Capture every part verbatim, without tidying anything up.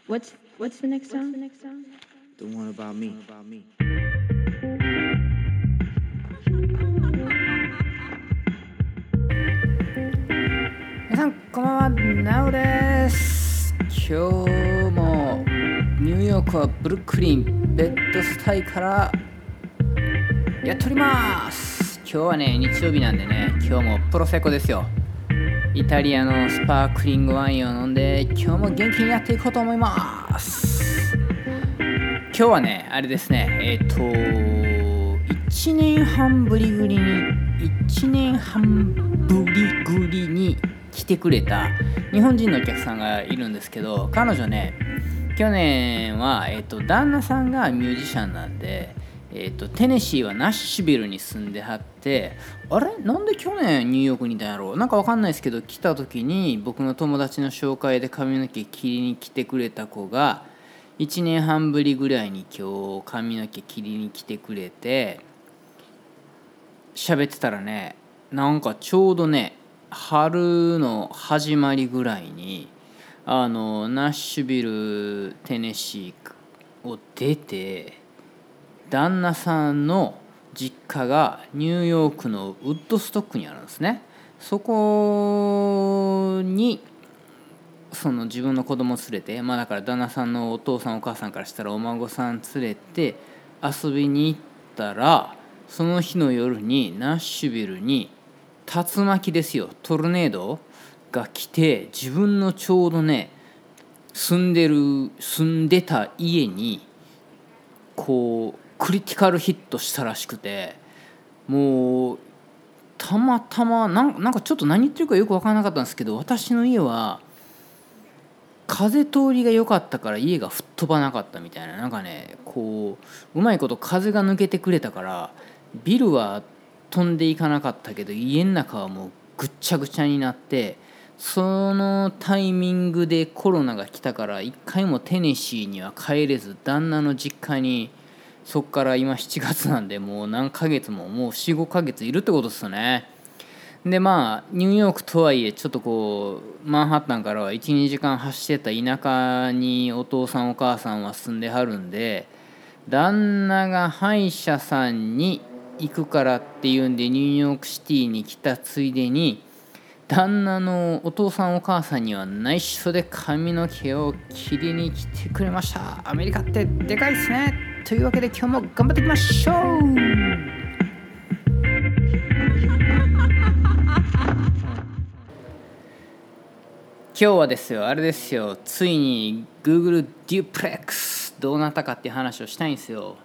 What's what's the next song? The one about me. 皆さんこんばんは、なおです。今日もニューヨークはブルックリンベッドスタイからやっております。今日はね、日曜日なんでね、今日もプロセコですよ。イタリアのスパークリングワインを飲んで今日も元気にやっていこうと思います。今日はね、あれですね、えっといちねんはんぶりぐりにいちねんはんぶりぐりに来てくれた日本人のお客さんがいるんですけど、彼女ね、去年は、えっと、旦那さんがミュージシャンなんで、えっと、テネシーはナッシュビルに住んではって、あれなんで去年ニューヨークにいたんやろう、なんかわかんないですけど、来た時に僕の友達の紹介で髪の毛切りに来てくれた子がいちねんはんぶりぐらいに今日髪の毛切りに来てくれて喋ってたらね、なんかちょうどね、春の始まりぐらいにあのナッシュビルテネシーを出て、旦那さんの実家がニューヨークのウッドストックにあるんですね。そこにその自分の子供連れて、まあだから旦那さんのお父さんお母さんからしたらお孫さん連れて遊びに行ったら、その日の夜にナッシュビルに竜巻ですよ、トルネードが来て、自分のちょうどね住んでる住んでた家にこうクリティカルヒットしたらしくて、もうたまたまなんなんかちょっと何言ってるかよく分からなかったんですけど、私の家は風通りが良かったから家が吹っ飛ばなかったみたいな、なんかね、こううまいこと風が抜けてくれたからビルは飛んでいかなかったけど家の中はもうぐっちゃぐちゃになって、そのタイミングでコロナが来たから一回もテネシーには帰れず、旦那の実家にそっから今しちがつなんでもう何ヶ月ももう よん,ご ヶ月いるってことですよね。でまあニューヨークとはいえちょっとこうマンハッタンからはいち、にじかん走ってた田舎にお父さんお母さんは住んではるんで、旦那が歯医者さんに行くからっていうんでニューヨークシティに来たついでに、旦那のお父さんお母さんには内緒で髪の毛を切りに来てくれました。アメリカってでかいっすね。というわけで今日も頑張っていきましょう。今日はですよ、あれですよ、ついに Google デュプレックスどうなったかっていう話をしたいんですよ。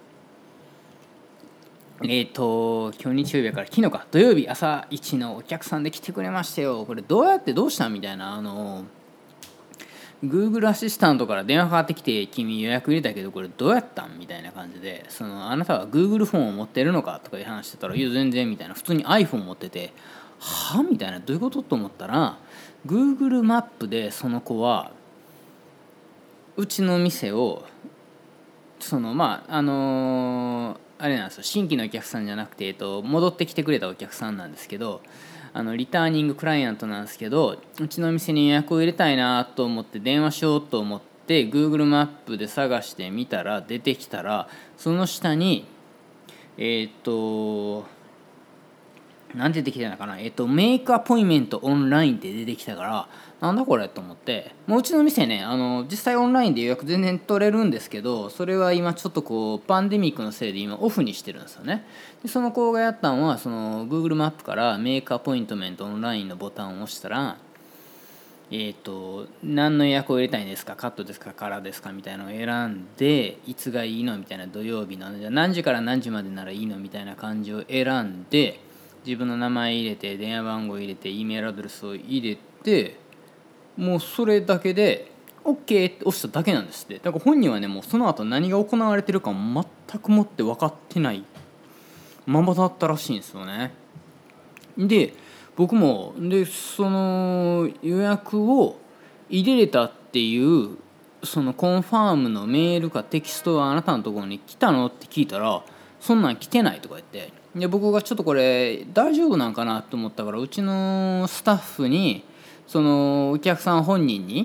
えっ、ー、と今日日曜日やから昨日か土曜日朝一のお客さんで来てくれましたよ。これどうやってどうしたんみたいな、あの Google アシスタントから電話かかってきて、君予約入れたけどこれどうやったんみたいな感じで、そのあなたは Google フォンを持ってるのかとかいう話してたら、いや全然みたいな、普通に iPhone 持ってて、はみたいな、どういうことと思ったら、 Google マップでその子はうちの店をそのまああのー、あれなんですよ、新規のお客さんじゃなくて、えっと、戻ってきてくれたお客さんなんですけど、あのリターニングクライアントなんですけど、うちの店に予約を入れたいなと思って電話しようと思って Google マップで探してみたら、出てきたらその下にえっとなんて出てきたのかな、えっとメイクアポインメントオンラインって出てきたから、なんだこれと思って、もううちの店ね、あの実際オンラインで予約全然取れるんですけど、それは今ちょっとこうパンデミックのせいで今オフにしてるんですよね。でその子がやったのは、その Google マップからメイクアポイントメントオンラインのボタンを押したら、えっと何の予約を入れたいんですか、カットですか、カラーですかみたいなのを選んで、いつがいいのみたいな、土曜日なので何時から何時までならいいのみたいな感じを選んで、自分の名前入れて電話番号入れて E メールアドレスを入れて、もうそれだけで OK って押しただけなんですって。だから本人はね、もうその後何が行われてるか全くもって分かってないままだったらしいんですよね。で僕もでその予約を入れれたっていうそのコンファームのメールかテキストがあなたのところに来たのって聞いたら、そんなん来てないとか言って、で僕がちょっとこれ大丈夫なんかなと思ったから、うちのスタッフにそのお客さん本人に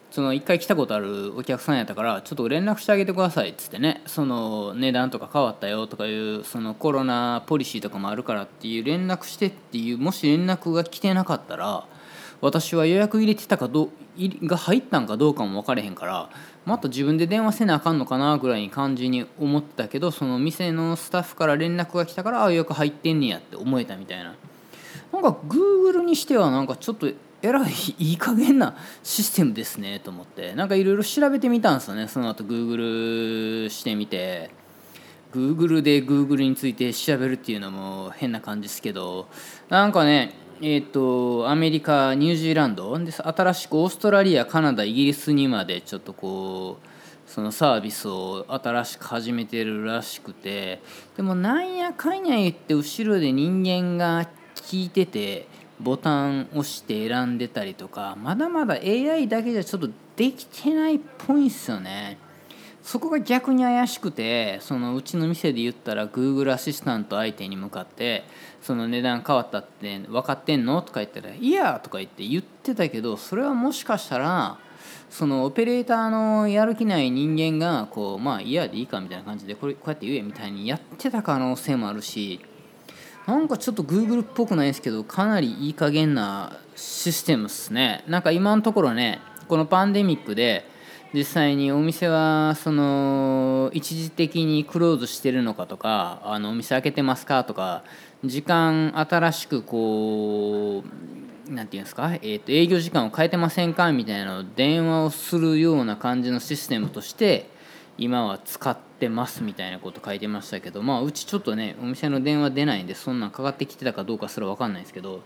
その一回来たことあるお客さんやったから、ちょっと連絡してあげてくださいっつってね、その値段とか変わったよとかいう、そのコロナポリシーとかもあるからっていう連絡してっていう、もし連絡が来てなかったら私は予約入れてたかどうが入ったんかどうかも分かれへんから、また自分で電話せなあかんのかなぐらいに感じに思ってたけど、その店のスタッフから連絡が来たから、あ、予約入ってんねやって思えたみたいな。なんか Google にしてはなんかちょっとえらいいい加減なシステムですねと思って、なんかいろいろ調べてみたんですよね。その後 Google してみて、 Google で Google について調べるっていうのも変な感じですけど、なんかね、えー、とアメリカ、ニュージーランドで新しくオーストラリア、カナダ、イギリスにまでちょっとこうそのサービスを新しく始めてるらしくて、でもなんやかんや言って後ろで人間が聞いててボタン押して選んでたりとか、まだまだ エーアイ だけじゃちょっとできてないっぽいんすよね。そこが逆に怪しくて、そのうちの店で言ったら Google アシスタント相手に向かって、その値段変わったって分かってんのとか言ったら、いやとか言って言ってたけど、それはもしかしたらそのオペレーターのやる気ない人間がこう、まあいやでいいかみたいな感じで、これこうやって言えみたいにやってた可能性もあるし、なんかちょっと Google っぽくないですけど、かなりいい加減なシステムっすね。なんか今のところね、このパンデミックで実際にお店はその一時的にクローズしてるのかとか、あのお店開けてますかとか、時間新しくこうなんていうんですか、えーと営業時間を変えてませんかみたいなのを電話をするような感じのシステムとして今は使ってますみたいなこと書いてましたけど、まあうちちょっとねお店の電話出ないんで、そんなんかかってきてたかどうかすら分かんないですけど、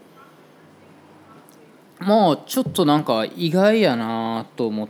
もうちょっとなんか意外やなと思って、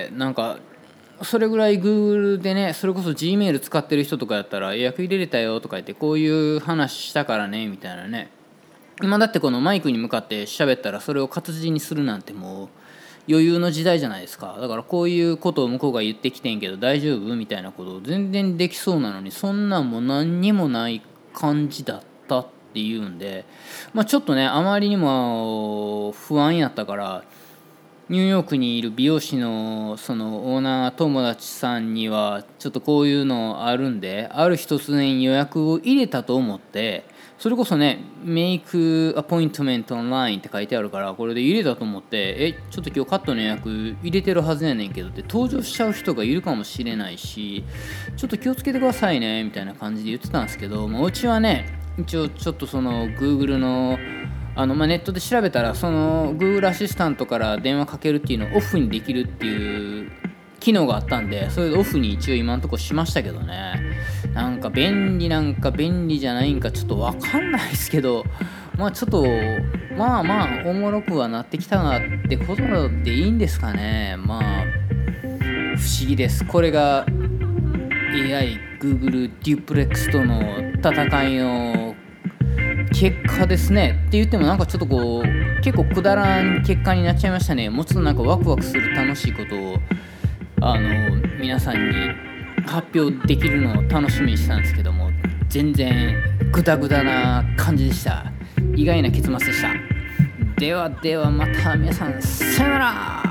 なんかそれぐらい Google でね、それこそ Gmail 使ってる人とかやったら予約入れれたよとか言って、こういう話したからねみたいなね。今だってこのマイクに向かって喋ったらそれを活字にするなんてもう余裕の時代じゃないですか。だからこういうことを向こうが言ってきてんけど大丈夫みたいなことを全然できそうなのに、そんなんも何にもない感じだったっていうんで、まあちょっとねあまりにも不安やったから、ニューヨークにいる美容師のそのオーナー友達さんにはちょっとこういうのあるんで、ある日突然予約を入れたと思って、それこそねメイクアポイントメントオンラインって書いてあるから、これで入れたと思って、えちょっと今日カットの予約入れてるはずやねんけどって登場しちゃう人がいるかもしれないし、ちょっと気をつけてくださいねみたいな感じで言ってたんですけど、もううちはね一応ちょっとその Google のあのまあ、ネットで調べたら、その Google アシスタントから電話かけるっていうのをオフにできるっていう機能があったんで、それでオフに一応今のところしましたけどね。なんか便利なんか便利じゃないんかちょっと分かんないですけど、まあちょっとまあまあおもろくはなってきたなってことでいいんですかね。まあ不思議です。これが エーアイ Google デュプレックスとの戦いの結果ですね。って言ってもなんかちょっとこう結構くだらん結果になっちゃいましたね。もうちょっとなんかワクワクする楽しいことをあの皆さんに発表できるのを楽しみにしてたんですけども、全然グダグダな感じでした。意外な結末でした。ではではまた皆さんさよなら。